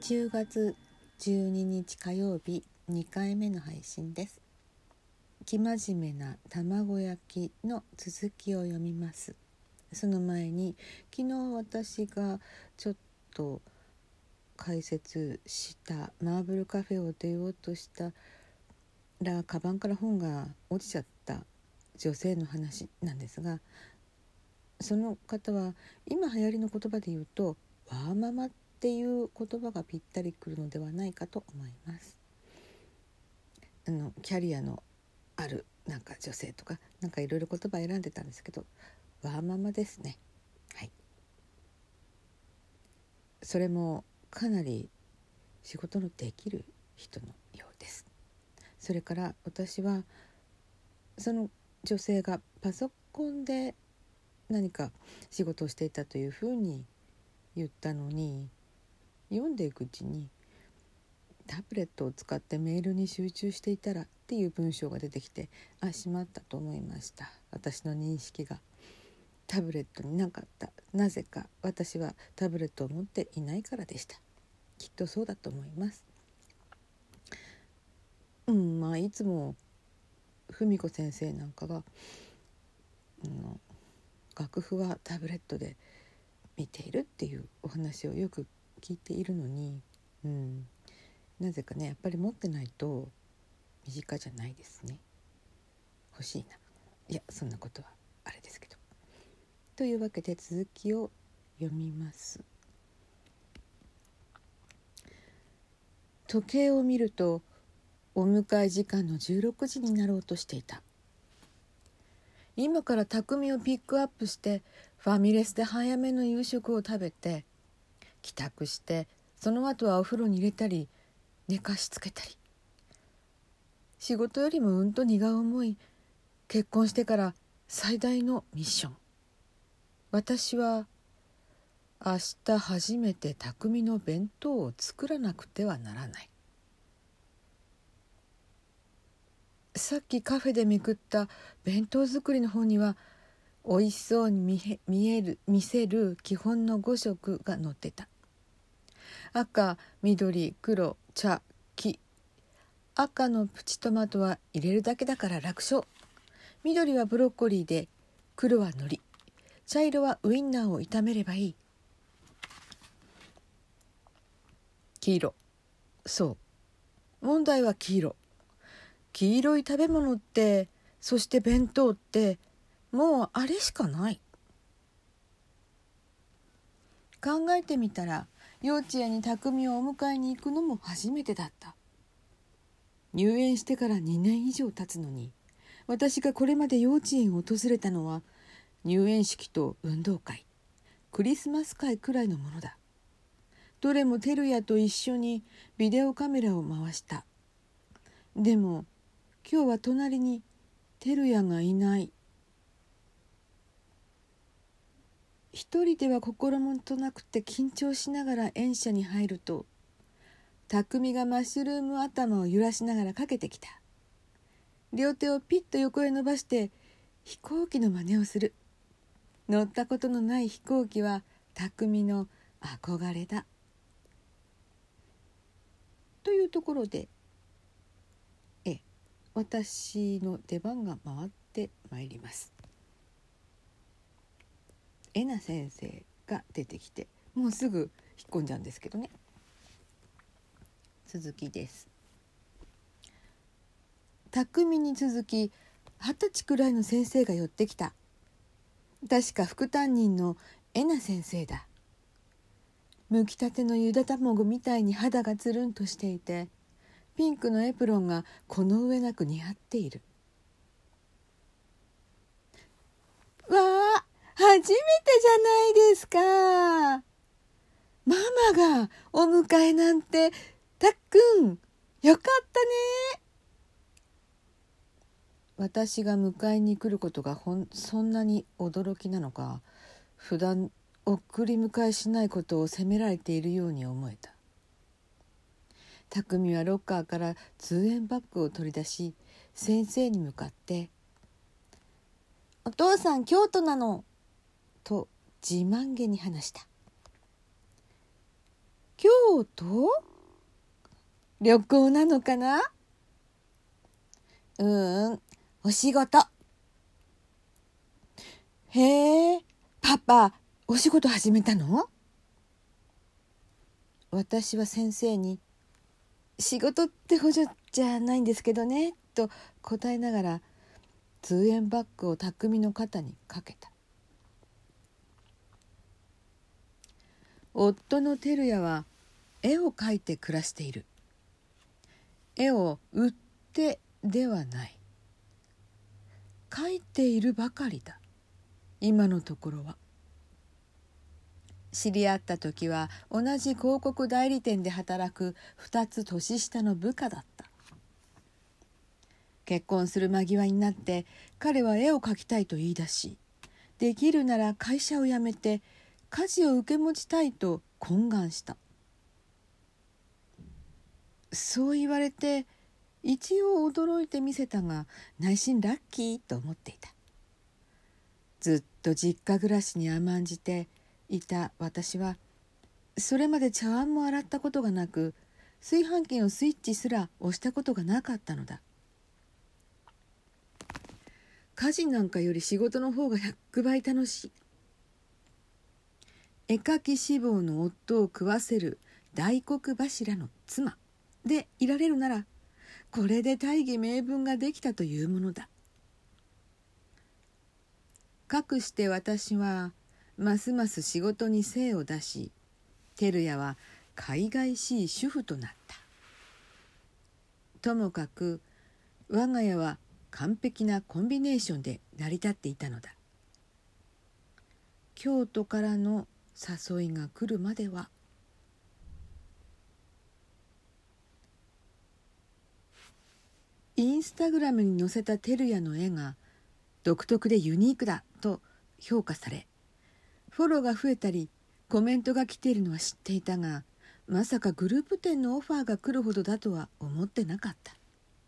10月12日火曜日2回目の配信です。生真面目な卵焼きの続きを読みます。その前に昨日私がちょっと解説したマーブルカフェを出ようとしたらカバンから本が落ちちゃった女性の話なんですが、その方は今流行りの言葉で言うとワーママっていう言葉がぴったりくるのではないかと思います。キャリアのある女性とかいろいろ言葉選んでたんですけど、ワーママですね。はい。それもかなり仕事のできる人のようです。それから私はその女性がパソコンで何か仕事をしていたというふうに言ったのに、読んでいくうちにタブレットを使ってメールに集中していたらっていう文章が出てきて、しまったと思いました。私の認識がタブレットになかった。なぜか私はタブレットを持っていないからでした。きっとそうだと思います。いつも文子先生なんかが楽譜はタブレットで見ているっていうお話をよく聞いているのに、なぜかね、やっぱり持ってないと身近じゃないですね。欲しいな。いや、そんなことはあれですけど。というわけで続きを読みます。時計を見るとお迎え時間の16時になろうとしていた。今から匠をピックアップしてファミレスで早めの夕食を食べて帰宅して、その後はお風呂に入れたり寝かしつけたり、仕事よりもうんと荷が重い結婚してから最大のミッション。私は明日初めて匠の弁当を作らなくてはならない。さっきカフェでめくった弁当作りの本にはおいしそうに見せる基本の5色が載ってた。赤、緑、黒、茶、黄。赤のプチトマトは入れるだけだから楽勝。緑はブロッコリーで、黒は海苔。茶色はウインナーを炒めればいい。黄色。そう。問題は黄色。黄色い食べ物って、そして弁当って、もうあれしかない。考えてみたら、幼稚園に匠をお迎えに行くのも初めてだった。入園してから2年以上経つのに、私がこれまで幼稚園を訪れたのは、入園式と運動会、クリスマス会くらいのものだ。どれも照屋と一緒にビデオカメラを回した。でも今日は隣に照屋がいない。一人では心もとなくて緊張しながら園舎に入ると、匠がマッシュルーム頭を揺らしながらかけてきた。両手をピッと横へ伸ばして飛行機の真似をする。乗ったことのない飛行機は匠の憧れだ。というところで、私の出番が回ってまいります。えな先生が出てきて、もうすぐ引っ込んじゃうんですけどね。続きです。匠に続き20歳くらいの先生が寄ってきた。確か副担任のえな先生だ。剥きたてのゆだ卵みたいに肌がつるんとしていて、ピンクのエプロンがこの上なく似合っている。わあ、初めてじゃないですか。ママがお迎えなんて、たっくん、よかったね。私が迎えに来ることがそんなに驚きなのか、普段送り迎えしないことを責められているように思えた。匠はロッカーから通園バッグを取り出し、先生に向かって「お父さん京都なの」と自慢げに話した。 京都？旅行なのかな？お仕事。へえ、パパ、お仕事始めたの？私は先生に、仕事ってほどじゃないんですけどね、と答えながら、通園バッグを匠の肩にかけた。夫の照也は絵を描いて暮らしている。絵を売ってではない。描いているばかりだ。今のところは。知り合った時は同じ広告代理店で働く2つ年下の部下だった。結婚する間際になって彼は絵を描きたいと言い出し、できるなら会社を辞めて家事を受け持ちたいと懇願した。そう言われて一応驚いてみせたが、内心ラッキーと思っていた。ずっと実家暮らしに甘んじていた私は、それまで茶碗も洗ったことがなく、炊飯器のスイッチすら押したことがなかったのだ。家事なんかより仕事の方が100倍楽しい。絵描き志望の夫を食わせる大黒柱の妻でいられるなら、これで大義名分ができたというものだ。かくして私はますます仕事に精を出し、照也は海外しい主婦となった。ともかく我が家は完璧なコンビネーションで成り立っていたのだ。京都からの誘いが来るまでは。インスタグラムに載せた照也の絵が独特でユニークだと評価され、フォローが増えたりコメントが来ているのは知っていたが、まさかグループ展のオファーが来るほどだとは思ってなかった。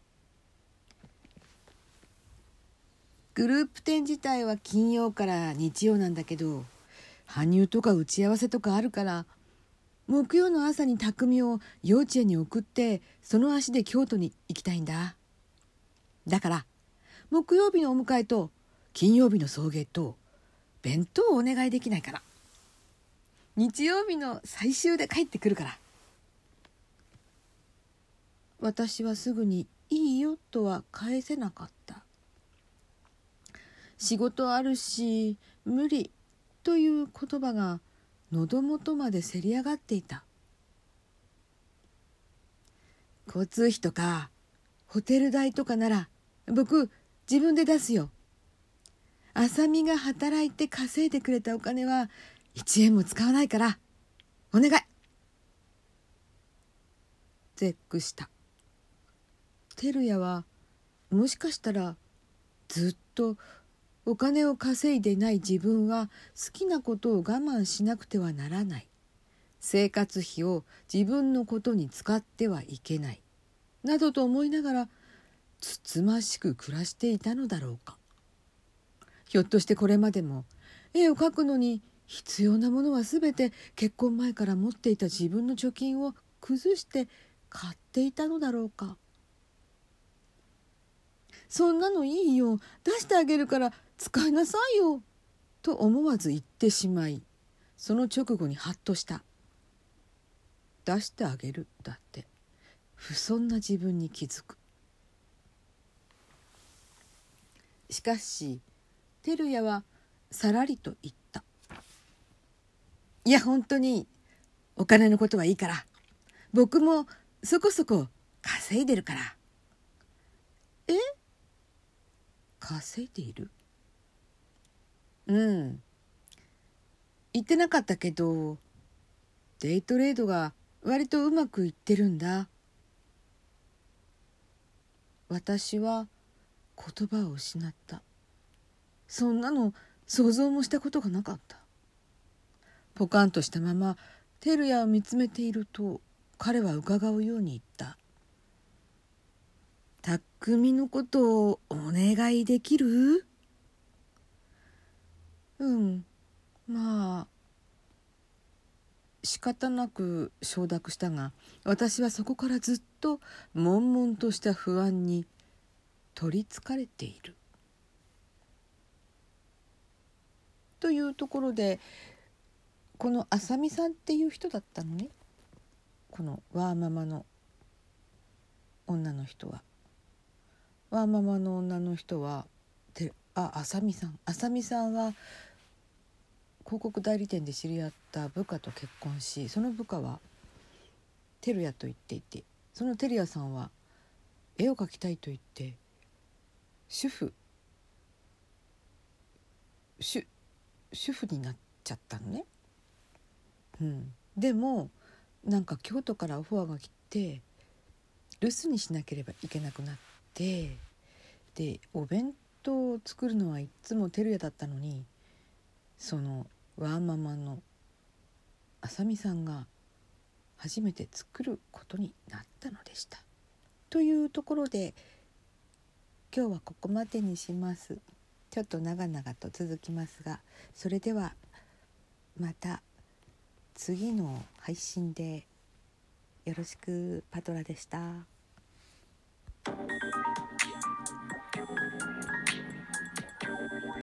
グループ展自体は金曜から日曜なんだけど、搬入とか打ち合わせとかあるから、木曜の朝に匠を幼稚園に送ってその足で京都に行きたいんだ。だから木曜日のお迎えと金曜日の送迎と弁当をお願いできないかな。日曜日の最終で帰ってくるから。私はすぐにいいよとは返せなかった。仕事あるし無理という言葉が喉元までせり上がっていた。交通費とかホテル代とかなら僕自分で出すよ。浅見が働いて稼いでくれたお金は1円も使わないからお願い。絶句した。照也はもしかしたらずっとお金を稼いでない自分は好きなことを我慢しなくてはならない、生活費を自分のことに使ってはいけないなどと思いながらつつましく暮らしていたのだろうか。ひょっとしてこれまでも絵を描くのに必要なものはすべて結婚前から持っていた自分の貯金を崩して買っていたのだろうか。そんなのいいよ、出してあげるから使いなさいよと思わず言ってしまい、その直後にハッとした。出してあげるだって不遜な自分に気づく。しかし照也はさらりと言った。いや本当にお金のことはいいから、僕もそこそこ稼いでるから。え？稼いでいる？言ってなかったけどデイトレードが割とうまくいってるんだ。私は言葉を失った。そんなの想像もしたことがなかった。ポカンとしたまま照也を見つめていると彼は伺うように言った。匠のことをお願いできる？まあ。 仕方なく承諾したが、私はそこからずっと悶々とした不安に取りつかれている。というところで、このあさみさんっていう人だったのね、このワーママの女の人は。ワーママの女の人はあさみさんは広告代理店で知り合った部下と結婚し、その部下はテルヤと言っていて、そのテルヤさんは絵を描きたいと言って主婦になっちゃったのね。でもなんか京都からオファーが来て留守にしなければいけなくなって、でお弁当を作るのはいつもテルヤだったのに、そのワーママのあさみさんが初めて作ることになったのでした。というところで今日はここまでにします。ちょっと長々と続きますが、それではまた次の配信でよろしく。パトラでした。